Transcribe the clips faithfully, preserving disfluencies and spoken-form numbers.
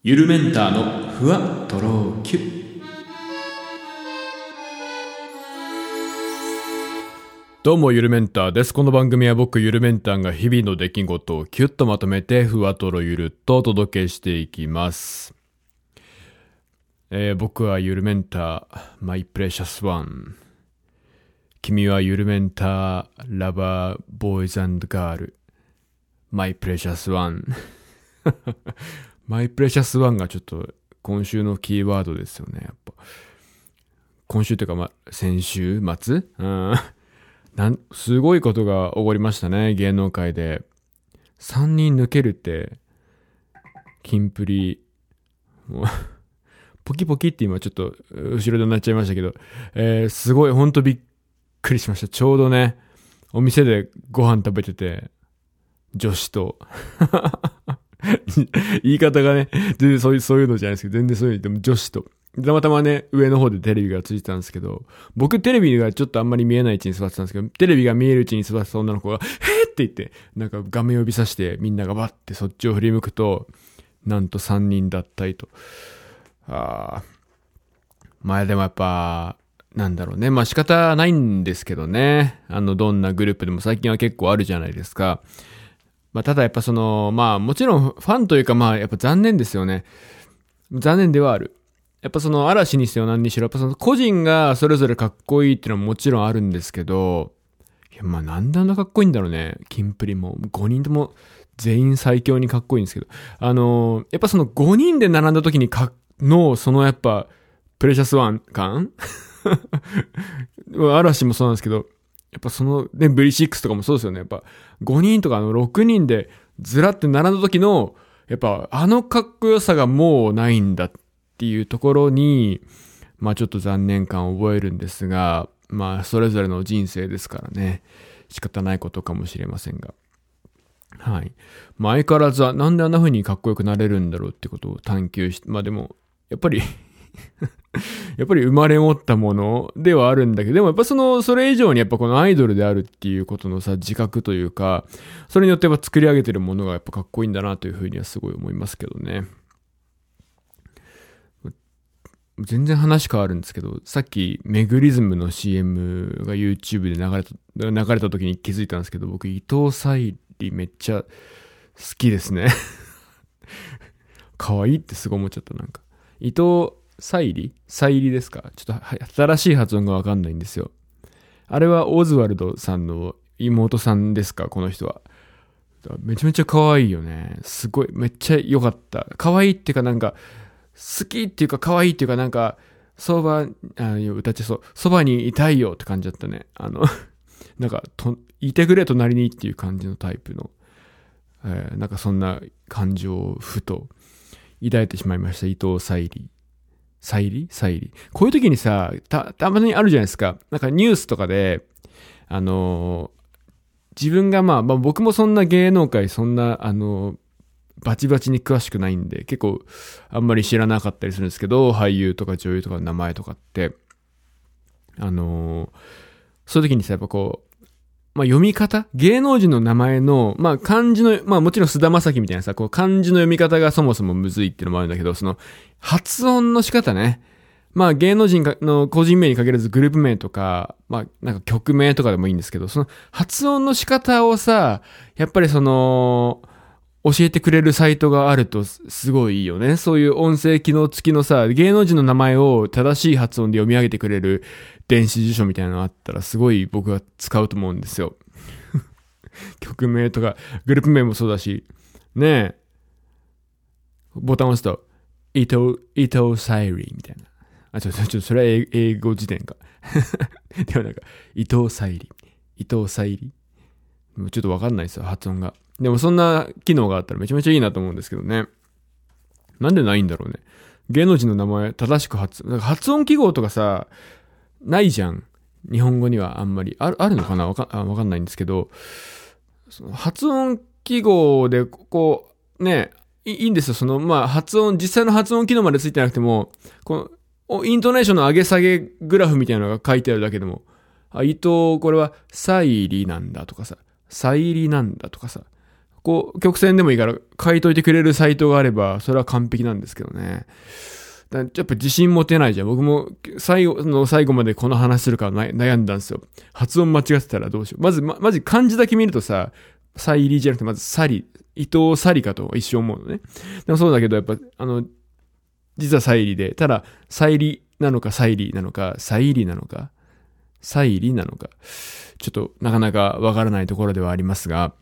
ゆるメンターのふわとろきゅ。どうもゆるメンターです。この番組は僕ゆるメンターが日々の出来事をキュッとまとめてふわとろゆるっとお届けしていきます。えー、僕はゆるメンターマイプレシャスワン。君はゆるメンターラバーボーイズ&ガールマイプレシャスワン。マイプレシャスワンがちょっと今週のキーワードですよね。やっぱ今週というか、ま、先週末、うん、なんすごいことが起こりましたね。芸能界でさんにん抜けるってキンプリもうポキポキって今ちょっと後ろでなっちゃいましたけど、えー、すごいほんとびっくりしました。ちょうどねお店でご飯食べてて女子と言い方がね、全然そういう、そういうのじゃないですけど、全然そういうのでも女子と。たまたまね、上の方でテレビがついてたんですけど、僕テレビがちょっとあんまり見えない位置に座ってたんですけど、テレビが見える位置に座ってた女の子が、へーって言って、なんか画面を指さしてみんながバッてそっちを振り向くと、なんとさんにんだったりと。あー。まあでもやっぱ、なんだろうね。まあ仕方ないんですけどね。あの、どんなグループでも最近は結構あるじゃないですか。まあ、ただやっぱその、まあもちろんファンというかまあやっぱ残念ですよね。残念ではある。やっぱその嵐にせよ何にしろ、やっぱその個人がそれぞれかっこいいっていうのはもちろんあるんですけど、いやまあなんであんなかっこいいんだろうね。キンプリもごにんとも全員最強にかっこいいんですけど。あのー、やっぱそのごにんで並んだ時にかの、そのやっぱプレシャスワン感嵐もそうなんですけど、やっぱそのね、ブリシックスとかもそうですよね。やっぱごにんとかあのろくにんでずらって並んだ時の、やっぱあのかっこよさがもうないんだっていうところに、まあちょっと残念感を覚えるんですが、まあそれぞれの人生ですからね、仕方ないことかもしれませんが。はい。まあ相変わらずはなんであんな風にかっこよくなれるんだろうってことを探求して、まあでも、やっぱりやっぱり生まれ持ったものではあるんだけど、でもやっぱその、それ以上にやっぱこのアイドルであるっていうことのさ、自覚というか、それによってやっぱ作り上げてるものがやっぱかっこいいんだなというふうにはすごい思いますけどね。全然話変わるんですけど、さっきメグリズムの シーエム が YouTube で流れた、流れた時に気づいたんですけど、僕伊藤沙莉めっちゃ好きですね。可愛いってすごい思っちゃった。なんか。伊藤沙莉沙莉ですか？ちょっと新しい発音がわかんないんですよ。あれはオズワルドさんの妹さんですか？この人は。めちゃめちゃ可愛いよね。すごい、めっちゃ良かった。可愛いっていうかなんか、好きっていうか可愛いっていうかなんか、そば、あ、歌っちゃそう。そばにいたいよって感じだったね。あの、なんかと、いてくれ隣にっていう感じのタイプの、えー、なんかそんな感情をふと抱いてしまいました。伊藤沙莉。沙莉沙莉。こういう時にさ、た、たまにあるじゃないですか。なんかニュースとかで、あのー、自分がまあ、まあ僕もそんな芸能界そんな、あのー、バチバチに詳しくないんで、結構あんまり知らなかったりするんですけど、俳優とか女優とかの名前とかって、あのー、そういう時にさ、やっぱこう、まあ読み方芸能人の名前の、まあ漢字の、まあもちろん菅田将暉みたいなさ、こう漢字の読み方がそもそもむずいっていうのもあるんだけど、その発音の仕方ね。まあ芸能人の個人名に限らずグループ名とか、まあなんか曲名とかでもいいんですけど、その発音の仕方をさ、やっぱりその、教えてくれるサイトがあるとすごいいいよね。そういう音声機能付きのさ、芸能人の名前を正しい発音で読み上げてくれる電子辞書みたいなのがあったらすごい僕は使うと思うんですよ。曲名とかグループ名もそうだし、ねえ。ボタンを押すと、伊藤、伊藤沙莉みたいな。あ、ちょ、ちょ、ちょ、それは英語辞典か。でもなんか、伊藤沙莉。伊藤沙莉。ちょっとわかんないですよ、発音が。でもそんな機能があったらめちゃめちゃいいなと思うんですけどね。なんでないんだろうね。芸能人の名前正しく発、なんか発音記号とかさ、ないじゃん。日本語にはあんまり。ある、あるのかなわか、わかんないんですけど、その発音記号で、こう、ね、いいいんですよ。その、まあ、発音、実際の発音機能までついてなくても、この、イントネーションの上げ下げグラフみたいなのが書いてあるだけでも、あ、伊藤、これは、サイリなんだとかさ、サイリなんだとかさ、 こう、曲線でもいいから書いといてくれるサイトがあれば、それは完璧なんですけどね。だやっぱ自信持てないじゃん。僕も最後の最後までこの話するか悩んだんですよ。発音間違ってたらどうしよう。まず、ま、まず漢字だけ見るとさ、サイリじゃなくて、まずサリ、伊藤サリかと一生思うのね。でもそうだけど、やっぱ、あの、実はサイリで、ただ、サイリなのかサイリなのか、サイリなのか、サイリなのか、ちょっとなかなかわからないところではありますが、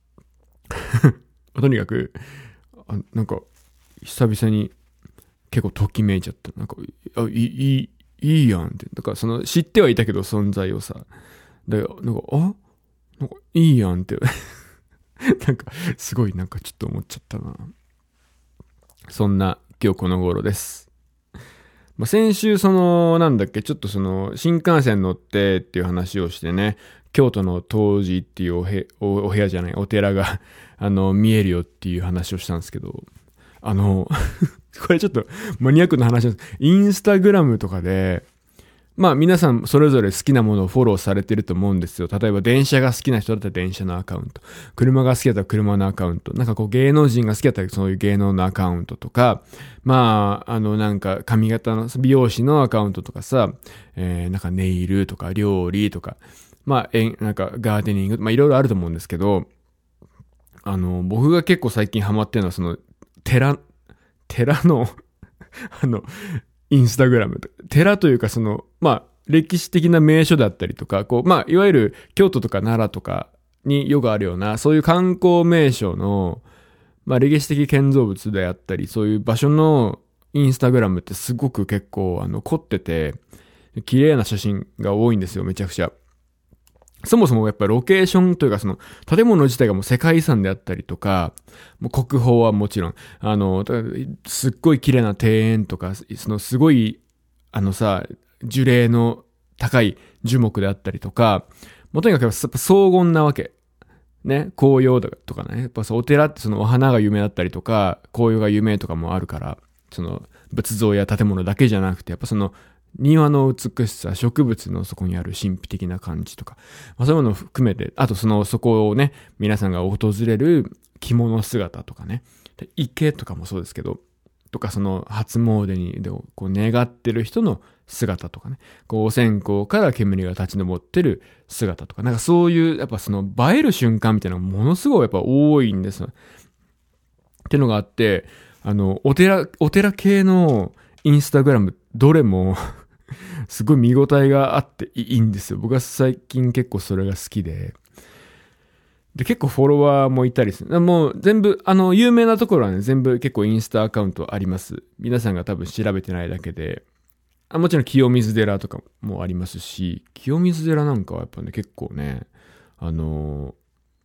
とにかく、あなんか、久々に結構ときめいちゃった。なんか、あいい、いい、いいやんって。だからその、知ってはいたけど存在をさ、だからなんか、あなんか、いいやんって。なんか、すごいなんかちょっと思っちゃったな。そんな今日この頃です。まあ、先週その、なんだっけ、ちょっとその、新幹線乗ってっていう話をしてね、京都の東寺っていうおへおお部屋じゃない、お寺が、あの、見えるよっていう話をしたんですけど、あの、これちょっとマニアックな話なんです。インスタグラムとかで、まあ皆さんそれぞれ好きなものをフォローされてると思うんですよ。例えば電車が好きな人だったら電車のアカウント。車が好きだったら車のアカウント。なんかこう芸能人が好きだったらそういう芸能のアカウントとか、まあ、あのなんか髪型の美容師のアカウントとかさ、えー、なんかネイルとか料理とか、まあ、えなんかガーデニング、まあいろいろあると思うんですけど、あの、僕が結構最近ハマってるのはその、寺、寺の、あの、インスタグラム。寺というかその、まあ、歴史的な名所だったりとか、こう、まあ、いわゆる京都とか奈良とかによくあるような、そういう観光名所の、まあ、歴史的建造物であったり、そういう場所のインスタグラムってすごく結構、あの、凝ってて、綺麗な写真が多いんですよ、めちゃくちゃ。そもそもやっぱりロケーションというかその建物自体がもう世界遺産であったりとか、もう国宝はもちろん、あの、すっごい綺麗な庭園とか、そのすごい、あのさ、樹齢の高い樹木であったりとか、もうとにかくやっぱ荘厳なわけ。ね、紅葉とかね、やっぱお寺ってそのお花が有名だったりとか、紅葉が有名とかもあるから、その仏像や建物だけじゃなくて、やっぱその庭の美しさ、植物のそこにある神秘的な感じとか、まあ、そういうものを含めて、あとその、そこをね、皆さんが訪れる着物姿とかね、で池とかもそうですけど、とかその初詣にでこう願ってる人の姿とかね、こうお線香から煙が立ち上ってる姿とか、なんかそういう、やっぱその映える瞬間みたいなのがものすごいやっぱ多いんですよ。ってのがあって、あの、お寺、お寺系のインスタグラム、どれも、すごい見応えがあっていいんですよ。僕は最近結構それが好きで。で、結構フォロワーもいたりする。もう全部、あの、有名なところはね、全部結構インスタアカウントあります。皆さんが多分調べてないだけで。あもちろん清水寺とかもありますし、清水寺なんかはやっぱね、結構ね、あの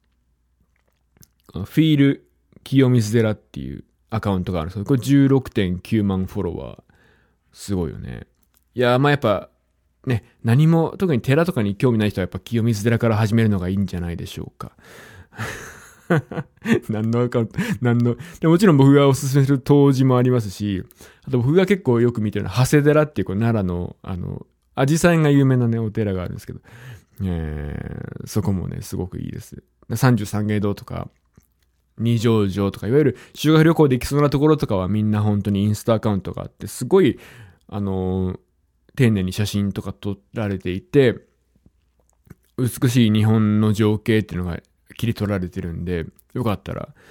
ー、フィール清水寺っていうアカウントがあるんですけど、これ じゅうろくてんきゅうまんフォロワー。すごいよね。いや、まあやっぱ、ね、何も、特に寺とかに興味ない人はやっぱ清水寺から始めるのがいいんじゃないでしょうか。何のアカウント、何の、でもちろん僕がおすすめする東寺もありますし、あと僕が結構よく見てるのは長谷寺っていうこう奈良の、あの、アジサイが有名なね、お寺があるんですけど、えー、そこもね、すごくいいです。三十三芸堂とか、二条城とか、いわゆる修学旅行で行きそうなところとかはみんな本当にインスタアカウントがあって、すごい、あのー、丁寧に写真とか撮られていて、美しい日本の情景っていうのが切り取られてるんで、よかったら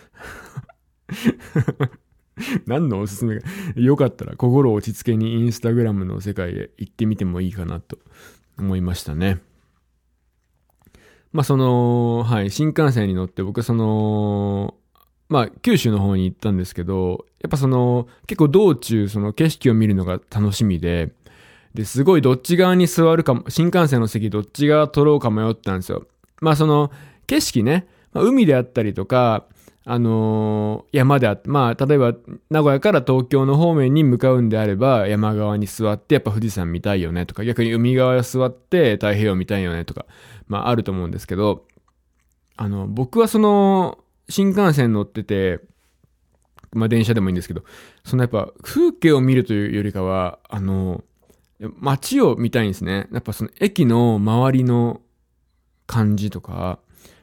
何のおすすめがよかったら心落ち着けにインスタグラムの世界へ行ってみてもいいかなと思いましたね。まあその、はい、新幹線に乗って僕はその、まあ九州の方に行ったんですけど、やっぱその結構道中その景色を見るのが楽しみで、で、すごいどっち側に座るかも、新幹線の席どっち側取ろうか迷ったんですよ。まあその景色ね、まあ、海であったりとか、あのー、山であって、まあ例えば名古屋から東京の方面に向かうんであれば山側に座ってやっぱ富士山見たいよねとか、逆に海側に座って太平洋見たいよねとか、まああると思うんですけど、あの、僕はその新幹線乗ってて、まあ電車でもいいんですけど、そのやっぱ風景を見るというよりかは、あの、街を見たいんですね。やっぱその駅の周りの感じとか、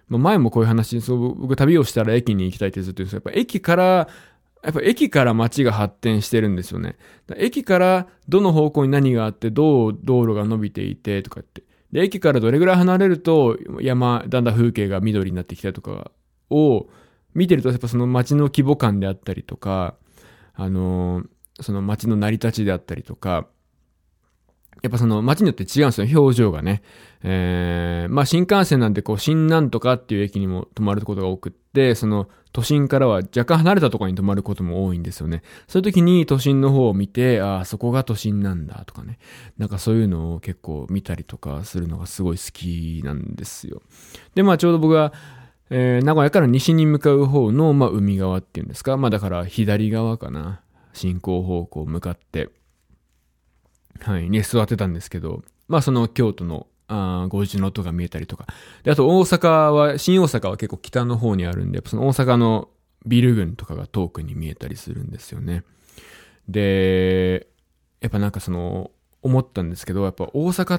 まあ、前もこういう話、そう僕旅をしたら駅に行きたいってずっと言うんですけど、やっぱ駅から、やっぱ駅から街が発展してるんですよね。駅からどの方向に何があって、どう道路が伸びていてとかって。で、駅からどれぐらい離れると山、だんだん風景が緑になってきたとかを見てると、やっぱその街の規模感であったりとか、あのー、その街の成り立ちであったりとか、やっぱその街によって違うんですよ、表情がね。えー、まあ新幹線なんてこう新なんとかっていう駅にも止まることが多くって、その都心からは若干離れたところに止まることも多いんですよね。そういう時に都心の方を見て、ああ、そこが都心なんだとかね。なんかそういうのを結構見たりとかするのがすごい好きなんですよ。で、まあちょうど僕が、えー、名古屋から西に向かう方の、まあ海側っていうんですか。まあだから左側かな。進行方向向かって。はい、に座ってたんですけど、まあその京都のあ五重の音が見えたりとか。で、あと大阪は、新大阪は結構北の方にあるんで、その大阪のビル群とかが遠くに見えたりするんですよね。で、やっぱなんかその、思ったんですけど、やっぱ大阪って、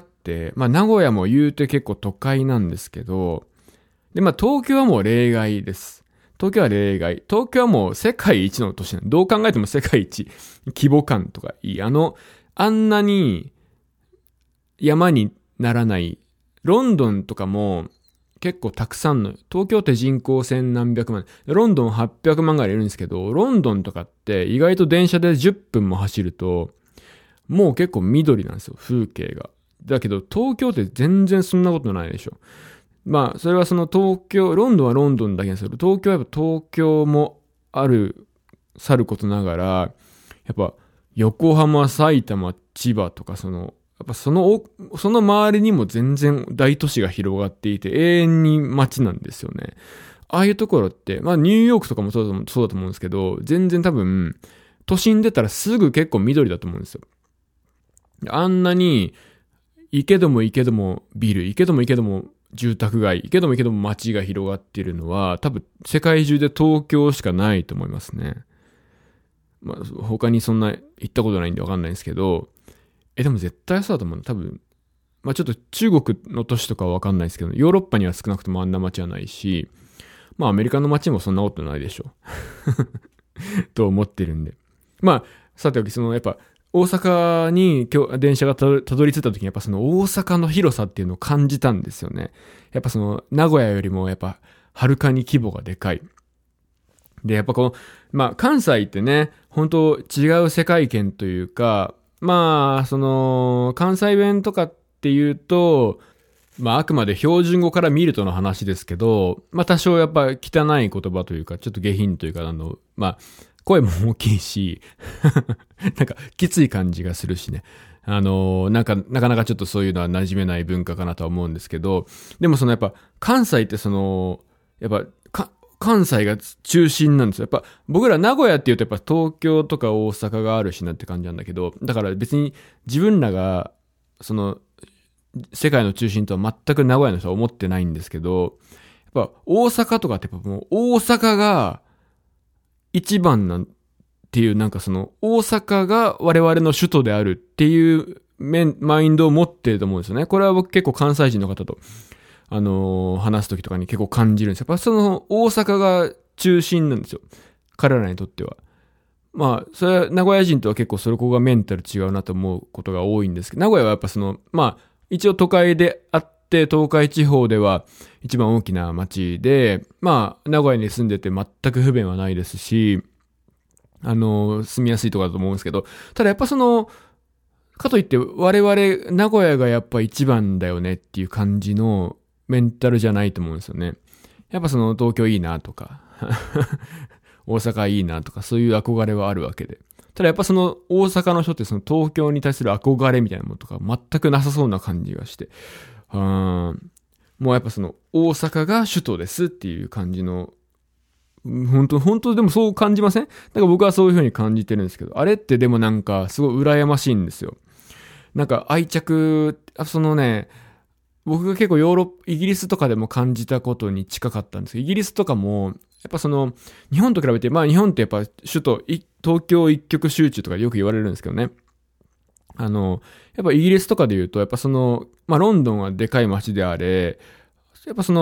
まあ名古屋も言うて結構都会なんですけど、で、まあ東京はもう例外です。東京は例外。東京はもう世界一の都市なんで、どう考えても世界一規模感とかいい。あの、あんなに山にならない。ロンドンとかも結構たくさんの、東京って人口千何百万。ロンドンはっぴゃくまんぐらいいるんですけど、ロンドンとかって意外と電車でじゅっぷんも走ると、もう結構緑なんですよ、風景が。だけど東京って全然そんなことないでしょ。まあ、それはその東京、ロンドンはロンドンだけですけど、東京はやっぱ東京もある、さることながら、やっぱ、横浜、埼玉、千葉とかその、やっぱその、その周りにも全然大都市が広がっていて永遠に街なんですよね。ああいうところって、まあニューヨークとかもそうだと、そうだと思うんですけど、全然多分、都心出たらすぐ結構緑だと思うんですよ。あんなに、行けども行けどもビル、行けども行けども住宅街、行けども行けども街が広がっているのは、多分世界中で東京しかないと思いますね。まあ、他にそんな行ったことないんでわかんないんですけど、え、でも絶対そうだと思うの。多分、まあちょっと中国の都市とかはわかんないですけど、ヨーロッパには少なくともあんな街はないし、まあアメリカの街もそんなことないでしょ。と思ってるんで。まあ、さておき、そのやっぱ、大阪に今日電車がたどり着いた時にやっぱその大阪の広さっていうのを感じたんですよね。やっぱその名古屋よりもやっぱはるかに規模がでかい。で、やっぱこう、まあ関西ってね、本当違う世界圏というか、まあその関西弁とかっていうと、まああくまで標準語から見るとの話ですけど、まあ多少やっぱ汚い言葉というか、ちょっと下品というか、あの、まあ声も大きいし、なんかきつい感じがするしね。あのー、なんか、なかなかちょっとそういうのは馴染めない文化かなとは思うんですけど、でもそのやっぱ関西ってその、やっぱか関西が中心なんですよ。やっぱ僕ら名古屋って言うとやっぱ東京とか大阪があるしなって感じなんだけど、だから別に自分らがその世界の中心とは全く名古屋の人は思ってないんですけど、やっぱ大阪とかってやっぱもう大阪が一番なんっていうなんかその大阪が我々の首都であるっていう面マインドを持ってると思うんですよね。これは僕結構関西人の方とあのー、話すときとかに結構感じるんですよ。やっぱその大阪が中心なんですよ。彼らにとっては。まあ、それは名古屋人とは結構それこがメンタル違うなと思うことが多いんですけど、名古屋はやっぱその、まあ、一応都会であって、東海地方では一番大きな町で、まあ、名古屋に住んでて全く不便はないですし、あのー、住みやすいところだと思うんですけど、ただやっぱその、かといって我々名古屋がやっぱ一番だよねっていう感じのメンタルじゃないと思うんですよね。やっぱその東京いいなとか大阪いいなとかそういう憧れはあるわけで。ただやっぱその大阪の人ってその東京に対する憧れみたいなものとか全くなさそうな感じがして。うーん。もうやっぱその大阪が首都ですっていう感じの本当、本当でもそう感じません？だから僕はそういう風に感じてるんですけど、あれってでもなんかすごい羨ましいんですよ。なんか愛着、そのね、僕が結構ヨーロッパ、イギリスとかでも感じたことに近かったんですけど、イギリスとかも、やっぱその、日本と比べて、まあ日本ってやっぱ首都、東京一極集中とかよく言われるんですけどね。あの、やっぱイギリスとかで言うと、やっぱその、まあロンドンはでかい街であれ、やっぱその、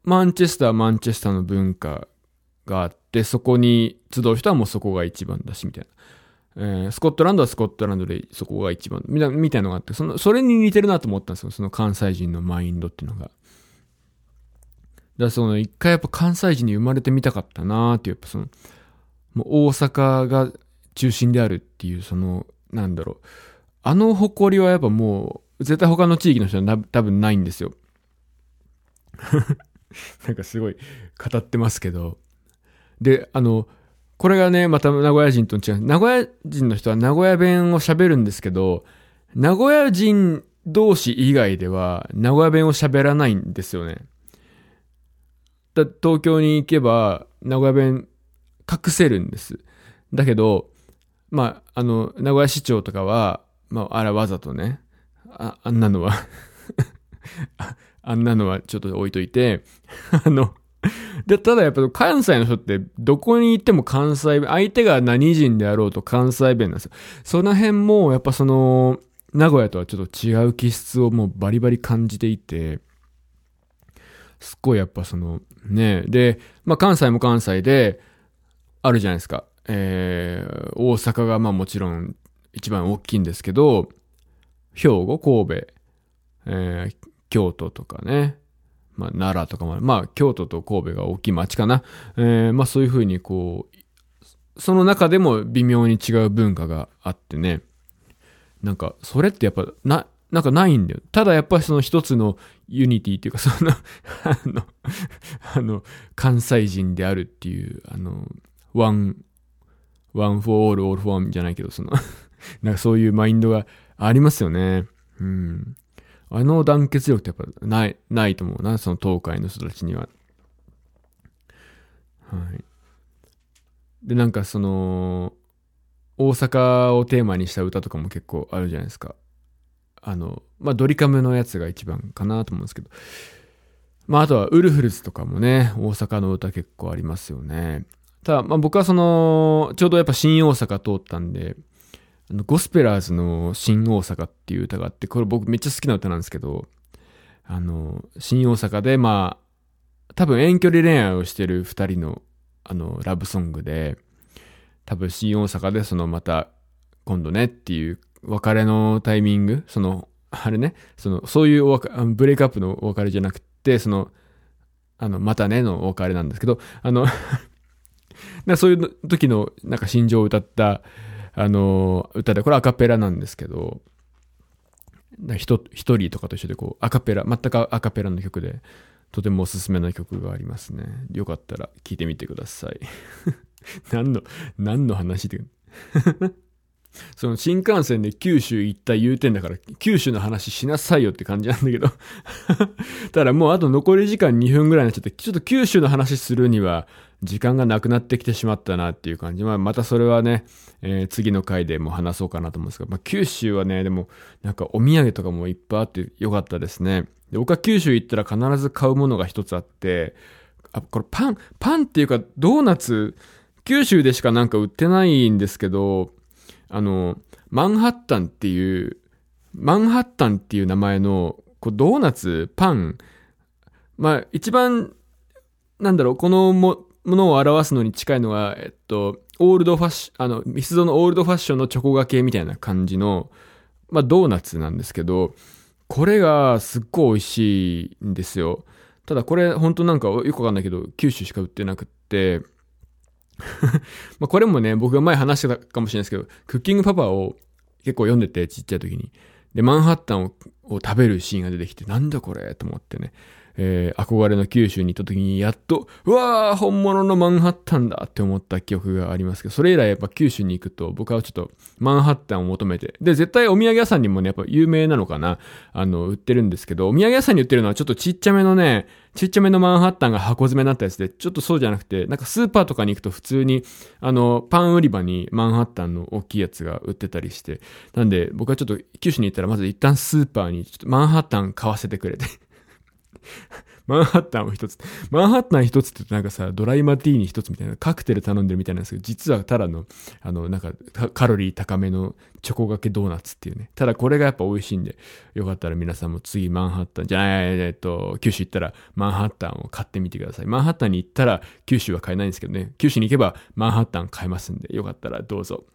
マンチェスターはマンチェスターの文化があって、そこに集う人はもうそこが一番だし、みたいな。えー、スコットランドはスコットランドでそこが一番、みたいな、みたいなのがあって、その、それに似てるなと思ったんですよ。その関西人のマインドっていうのが。だからその、一回やっぱ関西人に生まれてみたかったなーっていう、やっぱその、もう大阪が中心であるっていう、その、なんだろう。あの誇りはやっぱもう、絶対他の地域の人はな多分ないんですよ。なんかすごい語ってますけど。で、あの、これがね、また名古屋人と違う。名古屋人の人は名古屋弁を喋るんですけど、名古屋人同士以外では名古屋弁を喋らないんですよね。だ東京に行けば名古屋弁隠せるんです。だけど、まあ、あの、名古屋市長とかは、まあ、あらわざとね、あ、あんなのはあ、あんなのはちょっと置いといて、あの、で、ただやっぱ関西の人ってどこに行っても関西弁、相手が何人であろうと関西弁なんですよ。その辺もやっぱその、名古屋とはちょっと違う気質をもうバリバリ感じていて、すっごいやっぱその、ね、で、まあ関西も関西で、あるじゃないですか。えー、大阪がまあもちろん一番大きいんですけど、兵庫、神戸、えー、京都とかね、まあ、奈良とかも、まあ、京都と神戸が大きい町かな。えー、まあ、そういう風にこう、その中でも微妙に違う文化があってね。なんか、それってやっぱ、な、なんかないんだよ。ただやっぱりその一つのユニティっていうか、その、あの、あの、関西人であるっていう、あの、ワン、ワンフォーオール、オールフォーワンじゃないけど、その、なんかそういうマインドがありますよね。うん。あの団結力ってやっぱない、ないと思うな、その東海の人たちには。はい。で、なんかその、大阪をテーマにした歌とかも結構あるじゃないですか。あの、まあ、ドリカムのやつが一番かなと思うんですけど。まあ、あとはウルフルズとかもね、大阪の歌結構ありますよね。ただ、まあ、僕はその、ちょうどやっぱ新大阪通ったんで、あのゴスペラーズの新大阪っていう歌があって、これ僕めっちゃ好きな歌なんですけど、あの、新大阪で、まあ、多分遠距離恋愛をしてる二人の、あの、ラブソングで、多分新大阪でそのまた、今度ねっていう別れのタイミング、その、あれね、その、そういうお別ブレイクアップのお別れじゃなくて、その、あの、またねのお別れなんですけど、あの、そういう時のなんか心情を歌った、あの、歌で、これアカペラなんですけど、一人とかと一緒でこう、アカペラ、全くアカペラの曲で、とてもおすすめな曲がありますね。よかったら聴いてみてください。何の、何の話で。その新幹線で九州行った言うてんだから、九州の話しなさいよって感じなんだけど。ただもうあと残り時間にふんぐらいになっちゃって、ちょっと九州の話するには時間がなくなってきてしまったなっていう感じ。まあまたそれはね、えー、次の回でも話そうかなと思うんですが、まあ九州はね、でもなんかお土産とかもいっぱいあってよかったですね。で、僕は九州行ったら必ず買うものが一つあって、あ、これパン、パンっていうかドーナツ、九州でしかなんか売ってないんですけど、あの、マンハッタンっていう、マンハッタンっていう名前の、こうドーナツ、パン、まあ、一番、なんだろう、このも、ものを表すのに近いのが、えっと、オールドファッション、あの、ミスドのオールドファッションのチョコがけみたいな感じの、まあ、ドーナツなんですけど、これがすっごい美味しいんですよ。ただこれ、本当なんかよくわかんないけど、九州しか売ってなくって、まあこれもね、僕が前話してたかもしれないですけど、クッキングパパを結構読んでて、ちっちゃい時に。で、マンハッタンを、を食べるシーンが出てきて、なんだこれと思ってね。えー、憧れの九州に行った時にやっと、うわー本物のマンハッタンだって思った記憶がありますけど、それ以来やっぱ九州に行くと僕はちょっとマンハッタンを求めて、で、絶対お土産屋さんにもね、やっぱ有名なのかな、あの、売ってるんですけど、お土産屋さんに売ってるのはちょっとちっちゃめのね、ちっちゃめのマンハッタンが箱詰めになったやつで、ちょっとそうじゃなくて、なんかスーパーとかに行くと普通に、あの、パン売り場にマンハッタンの大きいやつが売ってたりして、なんで僕はちょっと九州に行ったらまず一旦スーパーにちょっとマンハッタン買わせてくれて。 マンハッタンを一つ。マンハッタン一つってなんかさ、ドライマティーニ一つみたいな、カクテル頼んでるみたいなんですけど、実はただの、あの、なんか、カロリー高めのチョコがけドーナツっていうね。ただこれがやっぱ美味しいんで、よかったら皆さんも次マンハッタン、じゃあ、えっと、九州行ったらマンハッタンを買ってみてください。マンハッタンに行ったら九州は買えないんですけどね。九州に行けばマンハッタン買えますんで、よかったらどうぞ。